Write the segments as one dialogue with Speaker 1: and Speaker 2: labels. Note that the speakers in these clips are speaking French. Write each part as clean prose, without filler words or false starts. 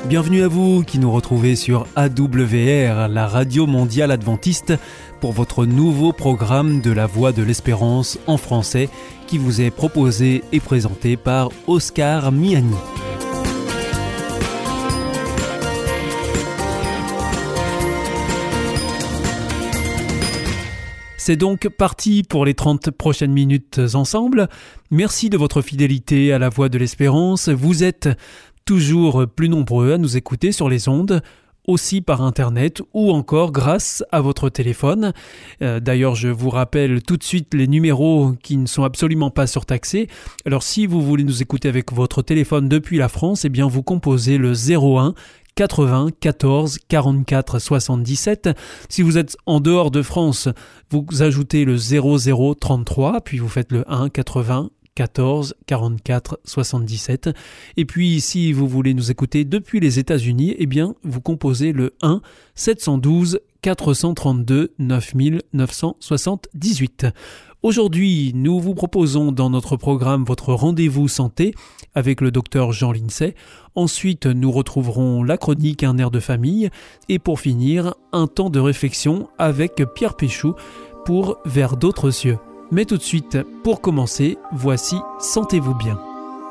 Speaker 1: Bienvenue à vous qui nous retrouvez sur AWR, la radio mondiale adventiste, pour votre nouveau programme de la Voix de l'Espérance en français qui vous est proposé et présenté par Oscar Miani. C'est donc parti pour les 30 prochaines minutes ensemble. Merci de votre fidélité à la Voix de l'Espérance. Vous êtes toujours plus nombreux à nous écouter sur les ondes, aussi par Internet ou encore grâce à votre téléphone. D'ailleurs, je vous rappelle tout de suite les numéros qui ne sont absolument pas surtaxés. Alors, si vous voulez nous écouter avec votre téléphone depuis la France, eh bien, vous composez le 01 80 14 44 77. Si vous êtes en dehors de France, vous ajoutez le 00 33, puis vous faites le 1 80 14 44 77. Et puis, si vous voulez nous écouter depuis les États-Unis, eh bien, vous composez le 1 712 432 9978. Aujourd'hui, nous vous proposons dans notre programme votre rendez-vous santé avec le docteur Jean Lindsay. Ensuite, nous retrouverons la chronique Un air de famille. Et pour finir, un temps de réflexion avec Pierre Péchou pour Vers d'autres cieux. Mais tout de suite, pour commencer, voici Sentez-vous bien.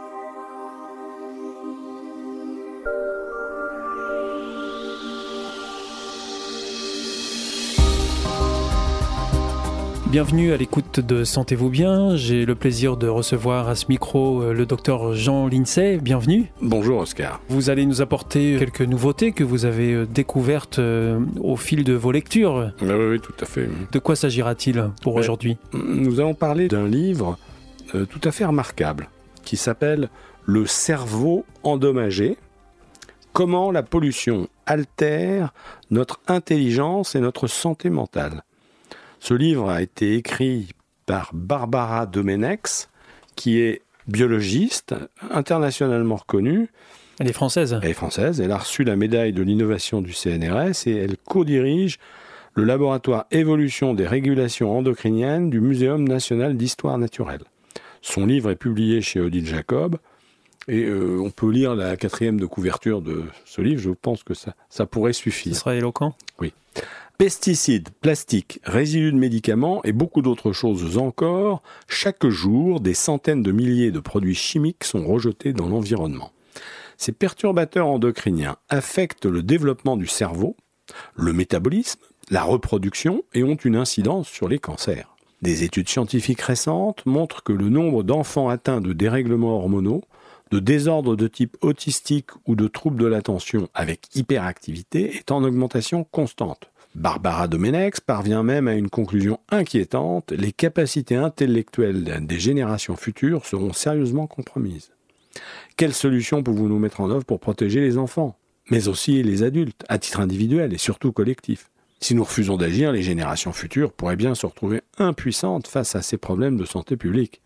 Speaker 1: Bienvenue à l'écoute de Sentez-vous bien. J'ai le plaisir de recevoir à ce micro le docteur Jean Lindsay. Bienvenue.
Speaker 2: Bonjour Oscar.
Speaker 1: Vous allez nous apporter quelques nouveautés que vous avez découvertes au fil de vos lectures.
Speaker 2: Oui, tout à fait.
Speaker 1: De quoi s'agira-t-il pour aujourd'hui ?
Speaker 2: Nous allons parler d'un livre tout à fait remarquable qui s'appelle « Le cerveau endommagé. Comment la pollution altère notre intelligence et notre santé mentale ». Ce livre a été écrit par Barbara Domenex, qui est biologiste, internationalement reconnue.
Speaker 1: Elle est française.
Speaker 2: Elle est française. Elle a reçu la médaille de l'innovation du CNRS et elle co-dirige le laboratoire Évolution des régulations endocriniennes du Muséum national d'histoire naturelle. Son livre est publié chez Odile Jacob et on peut lire la 4e de couverture de ce livre. Je pense que ça pourrait suffire.
Speaker 1: Ce sera éloquent.
Speaker 2: Oui. Pesticides, plastiques, résidus de médicaments et beaucoup d'autres choses encore, chaque jour, des centaines de milliers de produits chimiques sont rejetés dans l'environnement. Ces perturbateurs endocriniens affectent le développement du cerveau, le métabolisme, la reproduction et ont une incidence sur les cancers. Des études scientifiques récentes montrent que le nombre d'enfants atteints de dérèglements hormonaux, de désordres de type autistique ou de troubles de l'attention avec hyperactivité est en augmentation constante. Barbara Domenex parvient même à une conclusion inquiétante, les capacités intellectuelles des générations futures seront sérieusement compromises. Quelles solutions pouvons-nous mettre en œuvre pour protéger les enfants, mais aussi les adultes, à titre individuel et surtout collectif ? Si nous refusons d'agir, les générations futures pourraient bien se retrouver impuissantes face à ces problèmes de santé publique.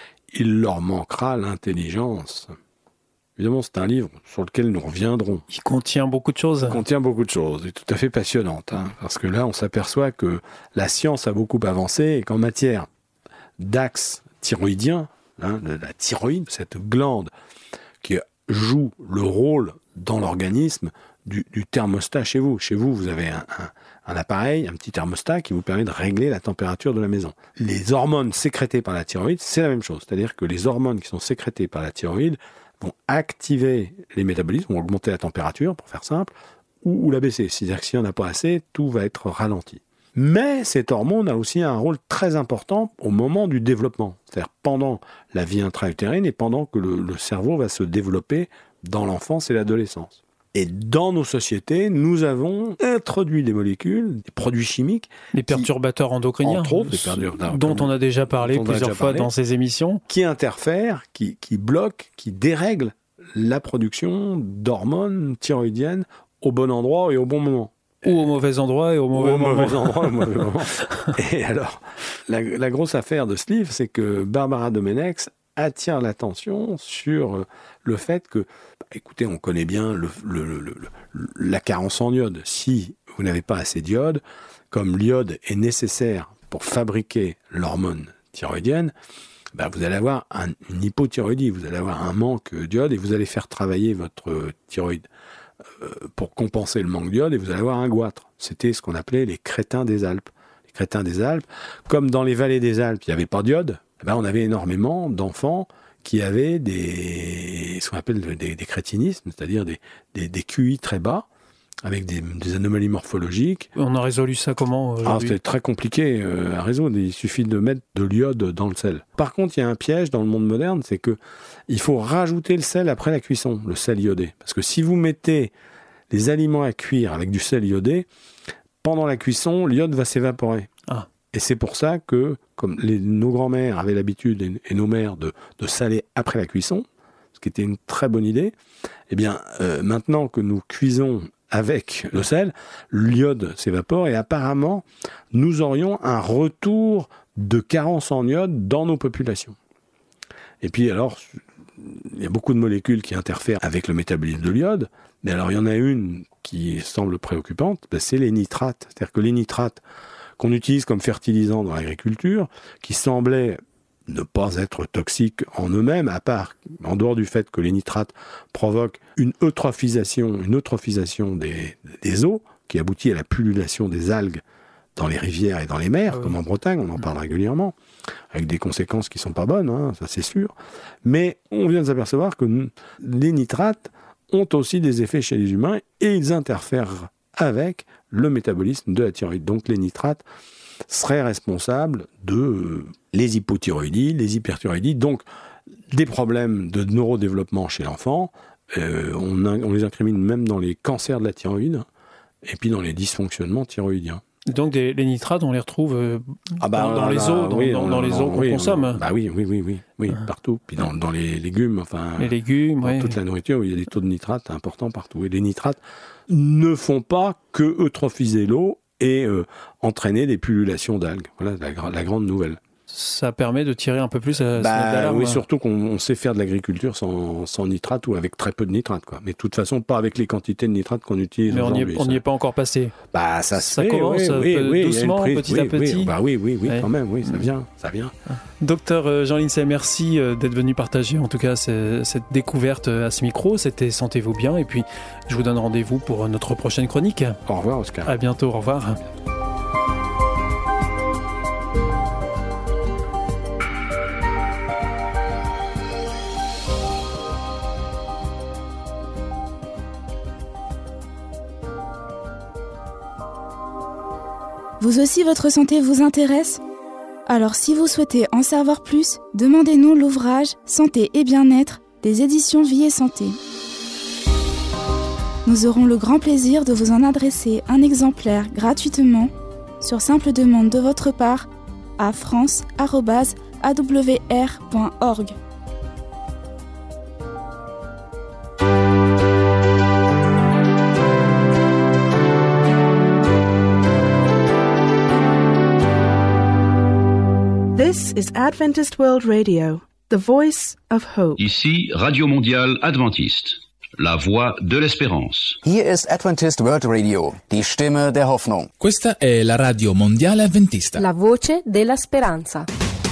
Speaker 2: Il leur manquera l'intelligence. Évidemment, c'est un livre sur lequel nous reviendrons.
Speaker 1: Il contient beaucoup de choses.
Speaker 2: Il contient beaucoup de choses, et tout à fait passionnantes. Parce que là, on s'aperçoit que la science a beaucoup avancé et qu'en matière d'axe thyroïdien, la thyroïde, cette glande qui joue le rôle dans l'organisme du thermostat chez vous. Chez vous, vous avez un appareil, un petit thermostat qui vous permet de régler la température de la maison. Les hormones sécrétées par la thyroïde, c'est la même chose. C'est-à-dire que les hormones qui sont sécrétées par la thyroïde vont activer les métabolismes, vont augmenter la température, pour faire simple, ou la baisser. C'est-à-dire que s'il n'y en a pas assez, tout va être ralenti. Mais cette hormone a aussi un rôle très important au moment du développement, c'est-à-dire pendant la vie intra-utérine et pendant que le cerveau va se développer dans l'enfance et l'adolescence. Et dans nos sociétés, nous avons introduit des molécules, des produits chimiques.
Speaker 1: Les perturbateurs endocriniens,
Speaker 2: entre autres, des perturbateurs
Speaker 1: dont on a déjà parlé plusieurs fois dans ces émissions.
Speaker 2: Qui interfèrent, qui bloquent, qui dérèglent la production d'hormones thyroïdiennes au bon endroit et au bon moment.
Speaker 1: Ou au mauvais endroit et au mauvais moment.
Speaker 2: Et alors, la grosse affaire de ce livre, c'est que Barbara Domenex attire l'attention sur le fait que, écoutez, on connaît bien la carence en iode. Si vous n'avez pas assez d'iode, comme l'iode est nécessaire pour fabriquer l'hormone thyroïdienne, vous allez avoir une hypothyroïdie, vous allez avoir un manque d'iode et vous allez faire travailler votre thyroïde pour compenser le manque d'iode et vous allez avoir un goitre. C'était ce qu'on appelait les crétins des Alpes. Les crétins des Alpes, comme dans les vallées des Alpes, il n'y avait pas d'iode, on avait énormément d'enfants qui avaient ce qu'on appelle des crétinismes, c'est-à-dire des QI très bas, avec des anomalies morphologiques.
Speaker 1: On a résolu ça comment aujourd'hui ?
Speaker 2: C'était très compliqué à résoudre. Il suffit de mettre de l'iode dans le sel. Par contre, il y a un piège dans le monde moderne, c'est que il faut rajouter le sel après la cuisson, le sel iodé. Parce que si vous mettez les aliments à cuire avec du sel iodé, pendant la cuisson, l'iode va s'évaporer. Ah. Et c'est pour ça que, comme nos grands-mères avaient l'habitude, et nos mères, de saler après la cuisson, ce qui était une très bonne idée, maintenant que nous cuisons avec le sel, l'iode s'évapore et apparemment, nous aurions un retour de carence en iode dans nos populations. Et puis alors, il y a beaucoup de molécules qui interfèrent avec le métabolisme de l'iode, mais alors il y en a une qui semble préoccupante, c'est les nitrates. C'est-à-dire que les nitrates qu'on utilise comme fertilisants dans l'agriculture, qui semblaient ne pas être toxiques en eux-mêmes, en dehors du fait que les nitrates provoquent une eutrophisation des eaux, qui aboutit à la pullulation des algues dans les rivières et dans les mers, comme en Bretagne, on en parle régulièrement, avec des conséquences qui ne sont pas bonnes, ça c'est sûr. Mais on vient de s'apercevoir que les nitrates ont aussi des effets chez les humains et ils interfèrent avec le métabolisme de la thyroïde. Donc les nitrates seraient responsables de les hypothyroïdies, les hyperthyroïdies, donc des problèmes de neurodéveloppement chez l'enfant. On les incrimine même dans les cancers de la thyroïde et puis dans les dysfonctionnements thyroïdiens.
Speaker 1: Donc les nitrates, on les retrouve dans les eaux, dans les eaux qu'on consomme.
Speaker 2: Oui, partout. Puis dans les légumes,
Speaker 1: les légumes,
Speaker 2: dans toute la nourriture, il y a des taux de nitrates importants partout. Et les nitrates ne font pas que eutrophiser l'eau et entraîner des pullulations d'algues. Voilà la grande nouvelle.
Speaker 1: Ça permet de tirer un peu plus à d'alarme.
Speaker 2: Oui, surtout qu'on sait faire de l'agriculture sans nitrate ou avec très peu de nitrate, quoi. Mais de toute façon, pas avec les quantités de nitrate qu'on utilise aujourd'hui.
Speaker 1: Mais on n'y est pas encore passé.
Speaker 2: Ça
Speaker 1: commence doucement, petit à petit.
Speaker 2: Oui, quand même, ça vient.
Speaker 1: Docteur Jean Lindsay, merci d'être venu partager en tout cas cette découverte à ce micro. C'était Sentez-vous bien et puis je vous donne rendez-vous pour notre prochaine chronique.
Speaker 2: Au revoir Oscar.
Speaker 1: À bientôt, au revoir.
Speaker 3: Vous aussi, votre santé vous intéresse ? Alors si vous souhaitez en savoir plus, demandez-nous l'ouvrage Santé et bien-être des éditions Vie et Santé. Nous aurons le grand plaisir de vous en adresser un exemplaire gratuitement, sur simple demande de votre part, à france@awr.org.
Speaker 4: This is Adventist World Radio, the voice of hope.
Speaker 5: Ici, Radio Mondiale Adventiste, la voix de l'espérance.
Speaker 6: Hier ist Adventist World Radio, die Stimme der Hoffnung.
Speaker 7: Questa è la Radio Mondiale Adventista,
Speaker 8: la voce della speranza.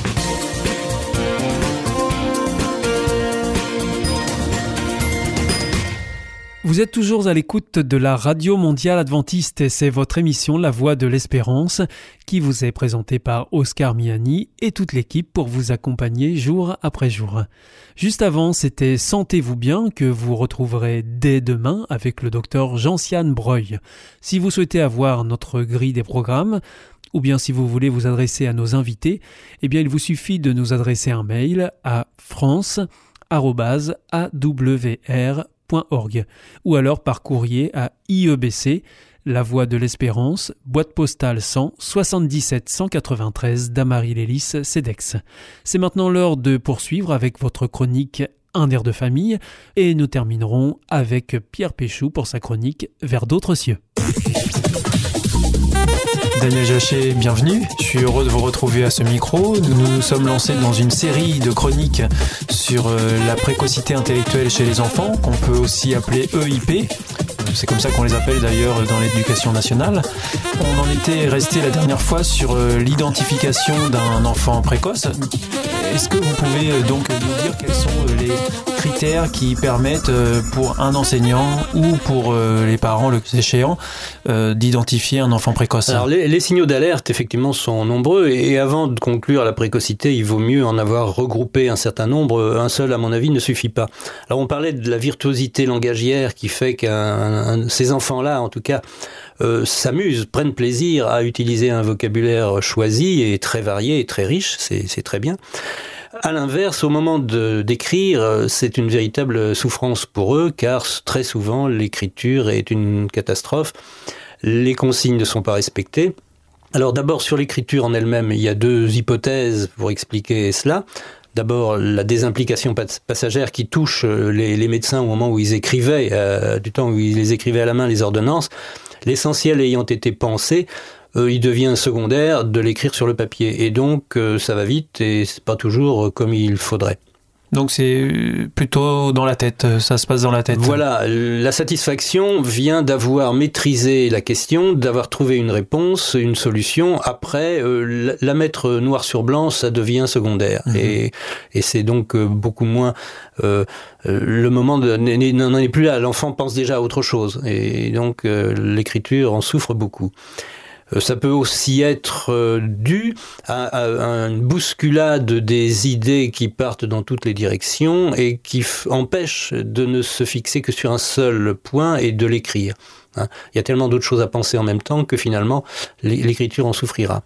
Speaker 1: Vous êtes toujours à l'écoute de la Radio Mondiale Adventiste et c'est votre émission La Voix de l'Espérance qui vous est présentée par Oscar Miani et toute l'équipe pour vous accompagner jour après jour. Juste avant, c'était Sentez-vous bien que vous retrouverez dès demain avec le docteur Jean-Siane Breuil. Si vous souhaitez avoir notre grille des programmes, ou bien si vous voulez vous adresser à nos invités, eh bien il vous suffit de nous adresser un mail à france@awr.org ou alors par courrier à IEBC, La Voix de l'Espérance, boîte postale 100 77 193 Damary-Lélis, Cedex. C'est maintenant l'heure de poursuivre avec votre chronique Un air de famille et nous terminerons avec Pierre Péchou pour sa chronique Vers d'autres cieux. Daniel Jachet, bienvenue. Je suis heureux de vous retrouver à ce micro. Nous nous sommes lancés dans une série de chroniques sur la précocité intellectuelle chez les enfants, qu'on peut aussi appeler EIP. c'est comme ça qu'on les appelle d'ailleurs dans l'éducation nationale. On en était resté la dernière fois sur l'identification d'un enfant précoce. Est-ce que vous pouvez donc nous dire quels sont les critères qui permettent pour un enseignant ou pour les parents, le cas échéant, d'identifier un enfant précoce?
Speaker 9: Alors les signaux d'alerte effectivement sont nombreux et avant de conclure la précocité, il vaut mieux en avoir regroupé un certain nombre. Un seul, à mon avis, ne suffit pas. Alors on parlait de la virtuosité langagière qui fait que ces enfants-là, en tout cas, s'amusent, prennent plaisir à utiliser un vocabulaire choisi et très varié et très riche, c'est très bien. À l'inverse, au moment d'écrire, c'est une véritable souffrance pour eux, car très souvent l'écriture est une catastrophe. Les consignes ne sont pas respectées. Alors d'abord, sur l'écriture en elle-même, il y a deux hypothèses pour expliquer cela. D'abord, la désimplication passagère qui touche les médecins au moment où ils écrivaient, du temps où ils les écrivaient à la main, les ordonnances. L'essentiel ayant été pensé, il devient secondaire de l'écrire sur le papier. Et donc, ça va vite et c'est pas toujours comme il faudrait.
Speaker 1: Donc c'est plutôt dans la tête, ça se passe dans la tête.
Speaker 9: Voilà, la satisfaction vient d'avoir maîtrisé la question, d'avoir trouvé une réponse, une solution. Après, la mettre noir sur blanc, ça devient secondaire. Et c'est donc beaucoup moins... le moment n'en est plus là, l'enfant pense déjà à autre chose. Et donc l'écriture en souffre beaucoup. Ça peut aussi être dû à une bousculade des idées qui partent dans toutes les directions et qui empêchent de ne se fixer que sur un seul point et de l'écrire. Il y a tellement d'autres choses à penser en même temps que finalement l'écriture en souffrira.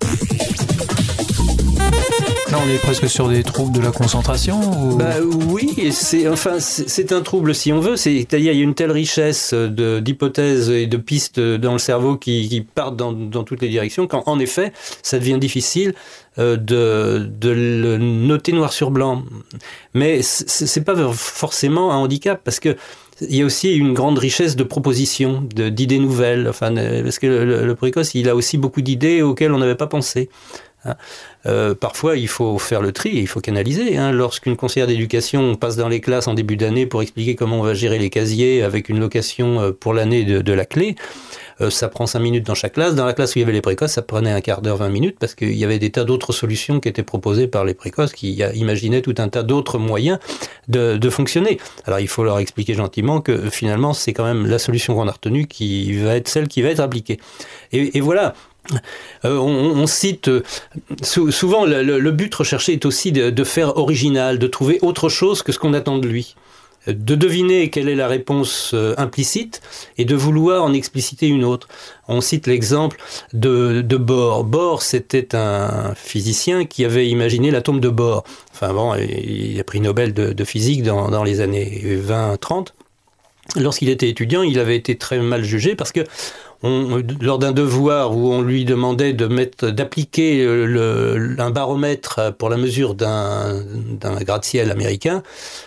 Speaker 1: Là, on est presque sur des troubles de la concentration ou...
Speaker 9: Oui, c'est un trouble si on veut. C'est-à-dire il y a une telle richesse d'hypothèses et de pistes dans le cerveau qui partent dans toutes les directions qu'en effet, ça devient difficile de le noter noir sur blanc. Mais c'est pas forcément un handicap parce que il y a aussi une grande richesse de propositions, d'idées nouvelles. Enfin, parce que le précoce, il a aussi beaucoup d'idées auxquelles on n'avait pas pensé. Parfois, il faut faire le tri, il faut canaliser. Lorsqu'une conseillère d'éducation passe dans les classes en début d'année pour expliquer comment on va gérer les casiers avec une location pour l'année de la clé, ça prend 5 minutes dans chaque classe. Dans la classe où il y avait les précoces, ça prenait un quart d'heure, 20 minutes, parce qu'il y avait des tas d'autres solutions qui étaient proposées par les précoces, qui imaginaient tout un tas d'autres moyens de fonctionner. Alors, il faut leur expliquer gentiment que finalement, c'est quand même la solution qu'on a retenue qui va être celle qui va être appliquée. Et voilà. On cite souvent le but recherché est aussi de faire original, de trouver autre chose que ce qu'on attend de lui, de deviner quelle est la réponse implicite et de vouloir en expliciter une autre. On cite l'exemple de Bohr. Bohr, c'était un physicien qui avait imaginé l'atome de Bohr. Enfin bon, il a pris Nobel de physique dans les années 20-30. Lorsqu'il était étudiant, il avait été très mal jugé parce que lors d'un devoir où on lui demandait d'appliquer un baromètre pour la mesure d'un gratte-ciel américain,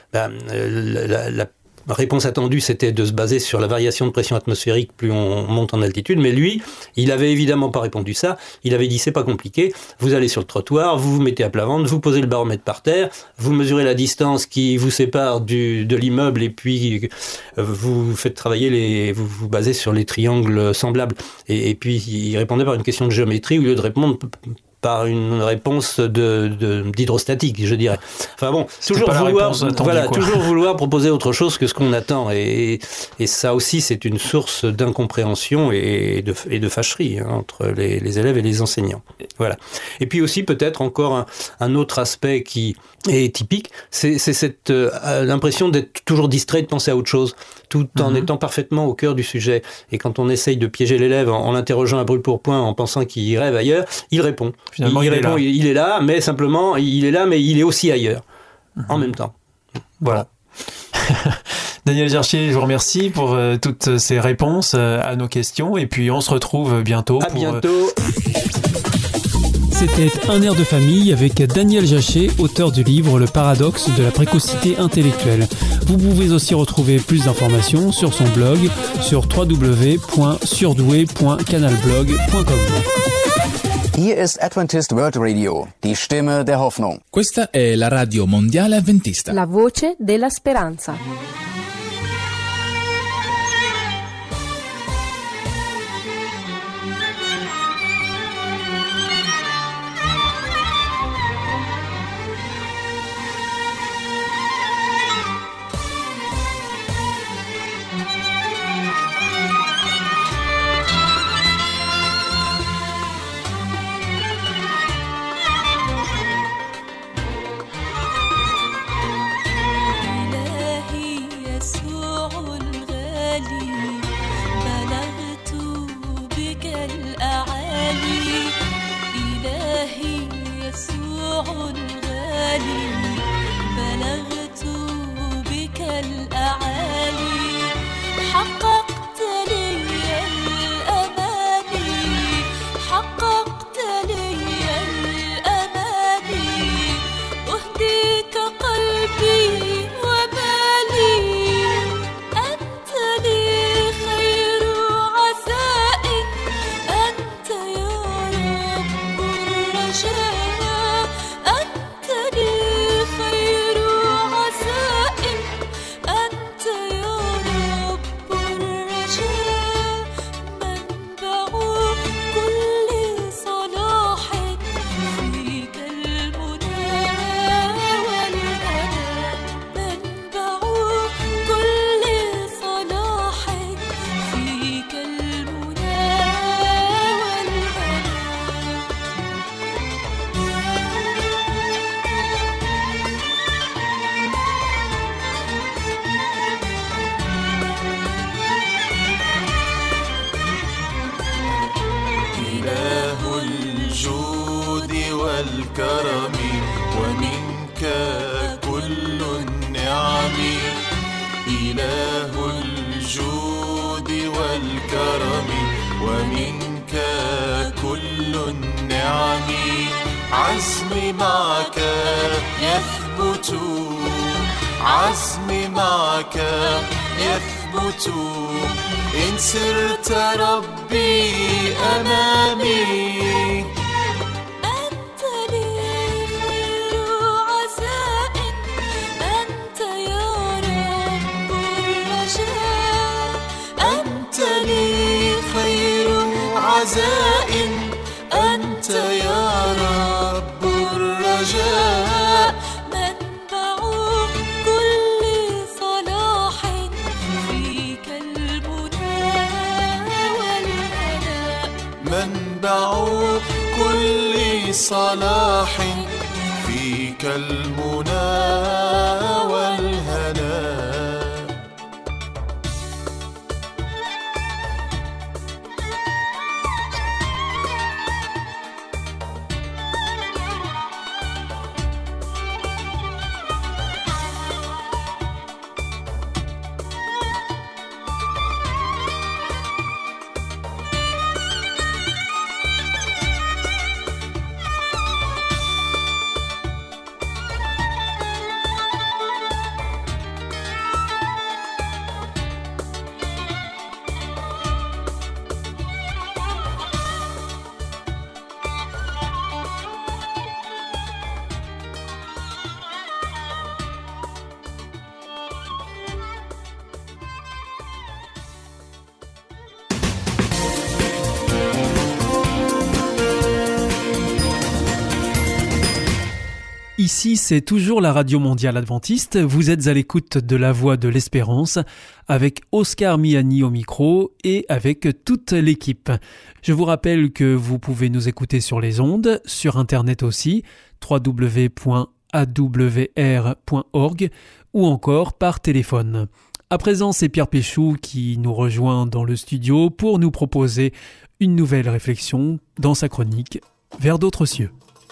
Speaker 9: la réponse attendue, c'était de se baser sur la variation de pression atmosphérique plus on monte en altitude. Mais lui, il avait évidemment pas répondu ça. Il avait dit, c'est pas compliqué. Vous allez sur le trottoir, vous vous mettez à plat ventre, vous posez le baromètre par terre, vous mesurez la distance qui vous sépare de l'immeuble et puis vous faites travailler vous vous basez sur les triangles semblables. Et puis, il répondait par une question de géométrie au lieu de répondre par une réponse d'hydrostatique, je dirais. Enfin bon, toujours vouloir proposer autre chose que ce qu'on attend. Et ça aussi, c'est une source d'incompréhension et de fâcherie entre les élèves et les enseignants. Voilà. Et puis aussi, peut-être encore un autre aspect qui est typique, c'est cette l'impression d'être toujours distrait, de penser à autre chose, tout en étant parfaitement au cœur du sujet. Et quand on essaye de piéger l'élève en l'interrogeant à brûle-pourpoint, en pensant qu'il rêve ailleurs, il répond.
Speaker 1: Finalement,
Speaker 9: il est là, mais simplement, il est là, mais il est aussi ailleurs, en même temps. Voilà.
Speaker 1: Daniel Gerchier, je vous remercie pour toutes ces réponses à nos questions, et puis on se retrouve bientôt.
Speaker 9: À bientôt.
Speaker 1: C'était Un air de famille avec Daniel Gerchier, auteur du livre Le paradoxe de la précocité intellectuelle. Vous pouvez aussi retrouver plus d'informations sur son blog sur www.surdoué.canalblog.com.
Speaker 6: Hier ist Adventist World Radio, die Stimme der Hoffnung.
Speaker 7: Questa è la Radio Mondiale Adventista.
Speaker 8: La voce della speranza.
Speaker 10: العالي بلغت بك الأعالي حققت لي الأماني حققت لي الأماني أهديك قلبي ومالي أنت لي خير عزاء أنت يا رب الرجاء أنت لي خير عزاء أنت يا رب الرجاء منبع كل صلاح فيك المنى والهنا منبع كل صلاح فيك المنى
Speaker 11: إله الجود والكرم ومنك كل النعم إله الجود والكرم ومنك كل النعم عزمي معك يثبت عزمي معك يثبت إن سرت ربي أمامي
Speaker 10: أنت لي خير عزاء أنت يا رب الرجاء
Speaker 11: أنت لي خير عزاء أنت يا رب الرجاء
Speaker 10: منبع كل صلاح فيك المنى والهنا
Speaker 11: منبع كل صلاح فيك المنى والهنا
Speaker 1: Ici, c'est toujours la Radio Mondiale Adventiste. Vous êtes à l'écoute de La Voix de l'Espérance avec Oscar Miani au micro et avec toute l'équipe. Je vous rappelle que vous pouvez nous écouter sur les ondes, sur Internet aussi, www.awr.org ou encore par téléphone. À présent, c'est Pierre Péchou qui nous rejoint dans le studio pour nous proposer une nouvelle réflexion dans sa chronique « Vers d'autres cieux ».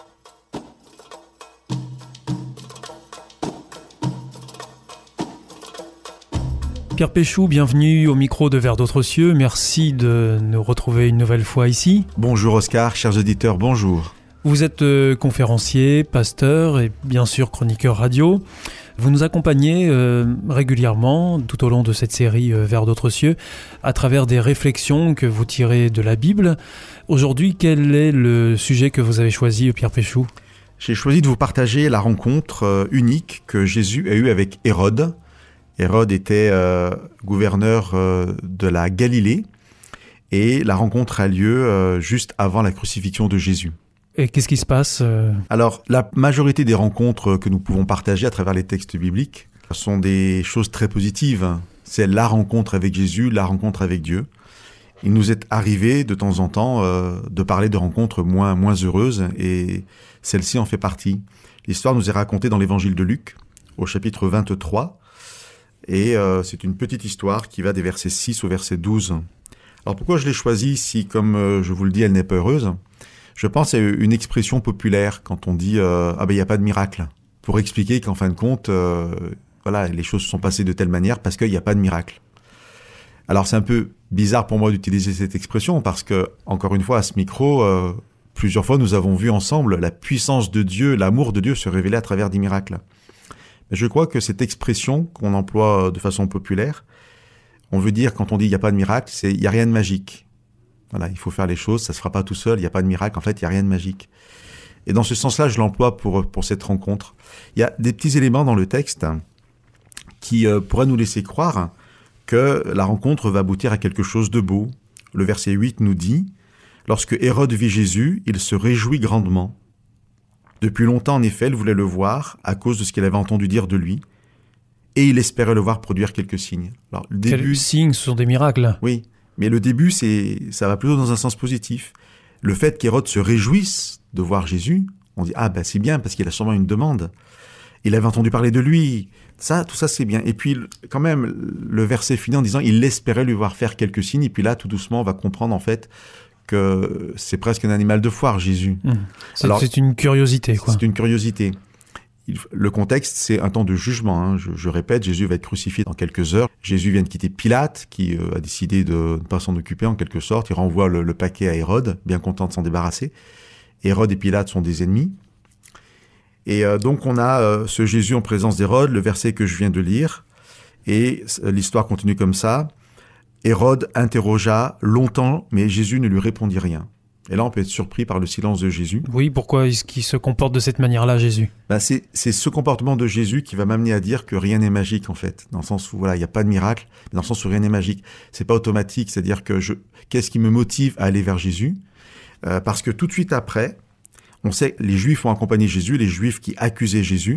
Speaker 1: Pierre Péchou, bienvenue au micro de Vers d'autres cieux. Merci de nous retrouver une nouvelle fois ici.
Speaker 12: Bonjour Oscar, chers auditeurs, bonjour.
Speaker 1: Vous êtes conférencier, pasteur et bien sûr chroniqueur radio. Vous nous accompagnez régulièrement tout au long de cette série Vers d'autres cieux à travers des réflexions que vous tirez de la Bible. Aujourd'hui, quel est le sujet que vous avez choisi, Pierre Péchou ?
Speaker 12: J'ai choisi de vous partager la rencontre unique que Jésus a eue avec Hérode. Hérode était gouverneur de la Galilée et la rencontre a lieu juste avant la crucifixion de Jésus.
Speaker 1: Et qu'est-ce qui se passe
Speaker 12: Alors, la majorité des rencontres que nous pouvons partager à travers les textes bibliques sont des choses très positives. C'est la rencontre avec Jésus, la rencontre avec Dieu. Il nous est arrivé de temps en temps de parler de rencontres moins heureuses et celle-ci en fait partie. L'histoire nous est racontée dans l'évangile de Luc, au chapitre 23. Et c'est une petite histoire qui va des versets 6 au verset 12. Alors pourquoi je l'ai choisie si, comme je vous le dis, elle n'est pas heureuse ? Je pense à une expression populaire quand on dit « Ah ben il n'y a pas de miracle ». pour expliquer qu'en fin de compte, voilà, les choses se sont passées de telle manière parce qu'il n'y a pas de miracle. Alors c'est un peu bizarre pour moi d'utiliser cette expression parce que, encore une fois, à ce micro, plusieurs fois nous avons vu ensemble la puissance de Dieu, l'amour de Dieu se révéler à travers des miracles. Mais je crois que cette expression qu'on emploie de façon populaire, on veut dire quand on dit il n'y a pas de miracle, c'est il n'y a rien de magique. Voilà, il faut faire les choses, ça ne se fera pas tout seul, il n'y a pas de miracle, en fait il n'y a rien de magique. Et dans ce sens-là, je l'emploie pour cette rencontre. Il y a des petits éléments dans le texte qui pourraient nous laisser croire que la rencontre va aboutir à quelque chose de beau. Le verset 8 nous dit « Lorsque Hérode vit Jésus, il se réjouit grandement. Depuis longtemps, en effet, il voulait le voir à cause de ce qu'il avait entendu dire de lui, et il espérait le voir produire quelques signes. » Alors, le début,
Speaker 1: quels signes? Ce sont des miracles.
Speaker 12: Oui, mais le début, ça va plutôt dans un sens positif. Le fait qu'Hérode se réjouisse de voir Jésus, on dit « Ah, ben c'est bien, parce qu'il a sûrement une demande. Il avait entendu parler de lui. » Ça, tout ça, c'est bien. Et puis, quand même, le verset finit en disant « Il espérait lui voir faire quelques signes. » Et puis là, tout doucement, on va comprendre, en fait, que c'est presque un animal de foire, Jésus.
Speaker 1: C'est une curiosité, quoi.
Speaker 12: C'est une curiosité. Le contexte, c'est un temps de jugement. Hein. Je répète, Jésus va être crucifié dans quelques heures. Jésus vient de quitter Pilate, qui a décidé de ne pas s'en occuper, en quelque sorte. Il renvoie le paquet à Hérode, bien content de s'en débarrasser. Hérode et Pilate sont des ennemis. Et donc on a ce Jésus en présence d'Hérode, le verset que je viens de lire, et l'histoire continue comme ça. Hérode interrogea longtemps, mais Jésus ne lui répondit rien. Et là, on peut être surpris par le silence de Jésus.
Speaker 1: Oui, pourquoi est-ce qu'il se comporte de cette manière-là, Jésus ?
Speaker 12: C'est ce comportement de Jésus qui va m'amener à dire que rien n'est magique, en fait. Dans le sens où, voilà, il n'y a pas de miracle, mais dans le sens où rien n'est magique. C'est pas automatique, c'est-à-dire que qu'est-ce qui me motive à aller vers Jésus ? Parce que tout de suite après, on sait que les Juifs ont accompagné Jésus, les Juifs qui accusaient Jésus.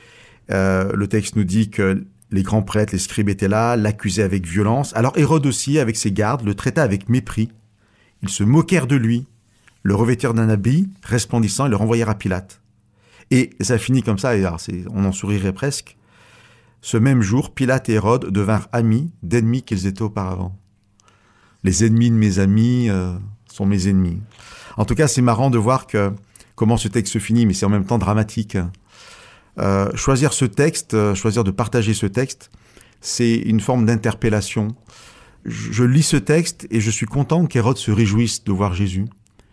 Speaker 12: Le texte nous dit que les grands prêtres, les scribes étaient là, l'accusaient avec violence. Alors Hérode aussi, avec ses gardes, le traita avec mépris. Ils se moquèrent de lui, le revêtirent d'un habit resplendissant et le renvoyèrent à Pilate. Et ça finit comme ça, et alors on en sourirait presque. Ce même jour, Pilate et Hérode devinrent amis d'ennemis qu'ils étaient auparavant. Les ennemis de mes amis sont mes ennemis. En tout cas, c'est marrant de voir comment ce texte se finit, mais c'est en même temps dramatique. Choisir ce texte, choisir de partager ce texte, c'est une forme d'interpellation. Je lis ce texte et je suis content qu'Hérode se réjouisse de voir Jésus.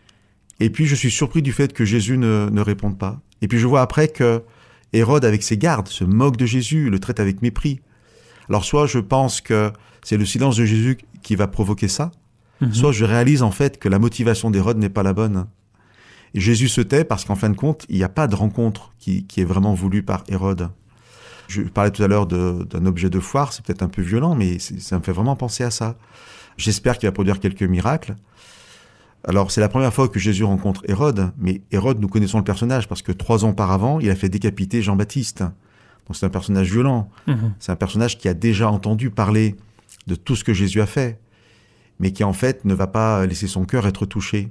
Speaker 12: Et puis je suis surpris du fait que Jésus ne réponde pas. Et puis je vois après que Hérode, avec ses gardes, se moque de Jésus, le traite avec mépris. Alors soit je pense que c'est le silence de Jésus qui va provoquer ça, soit je réalise en fait que la motivation d'Hérode n'est pas la bonne. Et Jésus se tait parce qu'en fin de compte, il n'y a pas de rencontre qui est vraiment voulue par Hérode. Je parlais tout à l'heure d'un objet de foire, c'est peut-être un peu violent, mais ça me fait vraiment penser à ça. J'espère qu'il va produire quelques miracles. Alors, c'est la première fois que Jésus rencontre Hérode, mais Hérode, nous connaissons le personnage, parce que 3 ans auparavant, il a fait décapiter Jean-Baptiste. Donc c'est un personnage violent. C'est un personnage qui a déjà entendu parler de tout ce que Jésus a fait, mais qui en fait ne va pas laisser son cœur être touché.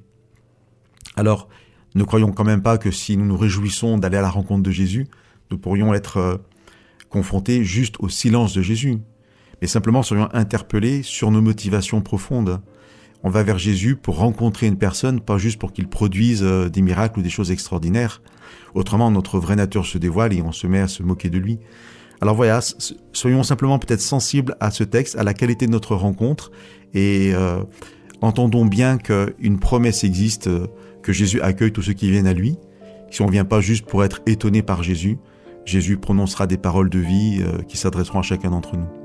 Speaker 12: Alors, ne croyons quand même pas que si nous nous réjouissons d'aller à la rencontre de Jésus, nous pourrions être confrontés juste au silence de Jésus. Mais simplement serions interpellés sur nos motivations profondes. On va vers Jésus pour rencontrer une personne, pas juste pour qu'il produise des miracles ou des choses extraordinaires. Autrement, notre vraie nature se dévoile et on se met à se moquer de lui. Alors voilà, soyons simplement peut-être sensibles à ce texte, à la qualité de notre rencontre, et entendons bien qu'une promesse existe, que Jésus accueille tous ceux qui viennent à lui. Si on ne vient pas juste pour être étonné par Jésus, Jésus prononcera des paroles de vie qui s'adresseront à chacun d'entre nous.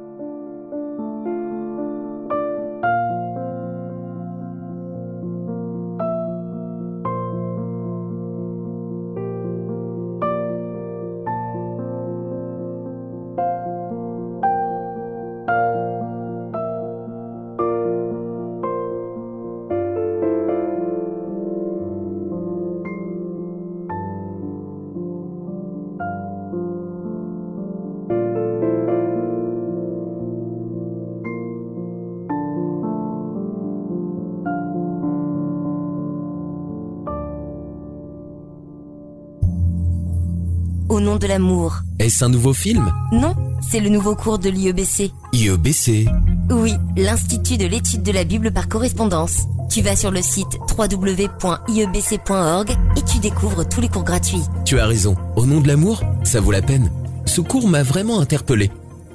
Speaker 13: Au nom de l'amour.
Speaker 14: Est-ce un nouveau film?
Speaker 13: Non, c'est le nouveau cours de l'IEBC.
Speaker 14: IEBC?
Speaker 13: Oui, l'Institut de l'étude de la Bible par correspondance. Tu vas sur le site www.iebc.org et tu découvres tous les cours gratuits.
Speaker 14: Tu as raison. Au nom de l'amour, ça vaut la peine. Ce cours m'a vraiment interpellé.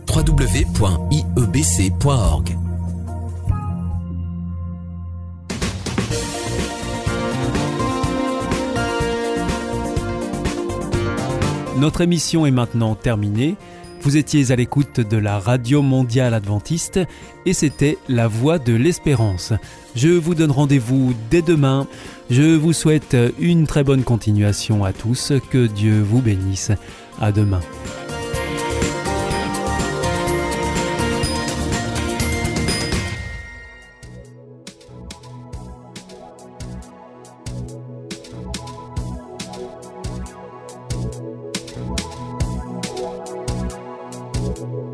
Speaker 14: www.iebc.org.
Speaker 1: Notre émission est maintenant terminée. Vous étiez à l'écoute de la Radio Mondiale Adventiste et c'était La Voix de l'Espérance. Je vous donne rendez-vous dès demain. Je vous souhaite une très bonne continuation à tous. Que Dieu vous bénisse. À demain.
Speaker 10: Thank you.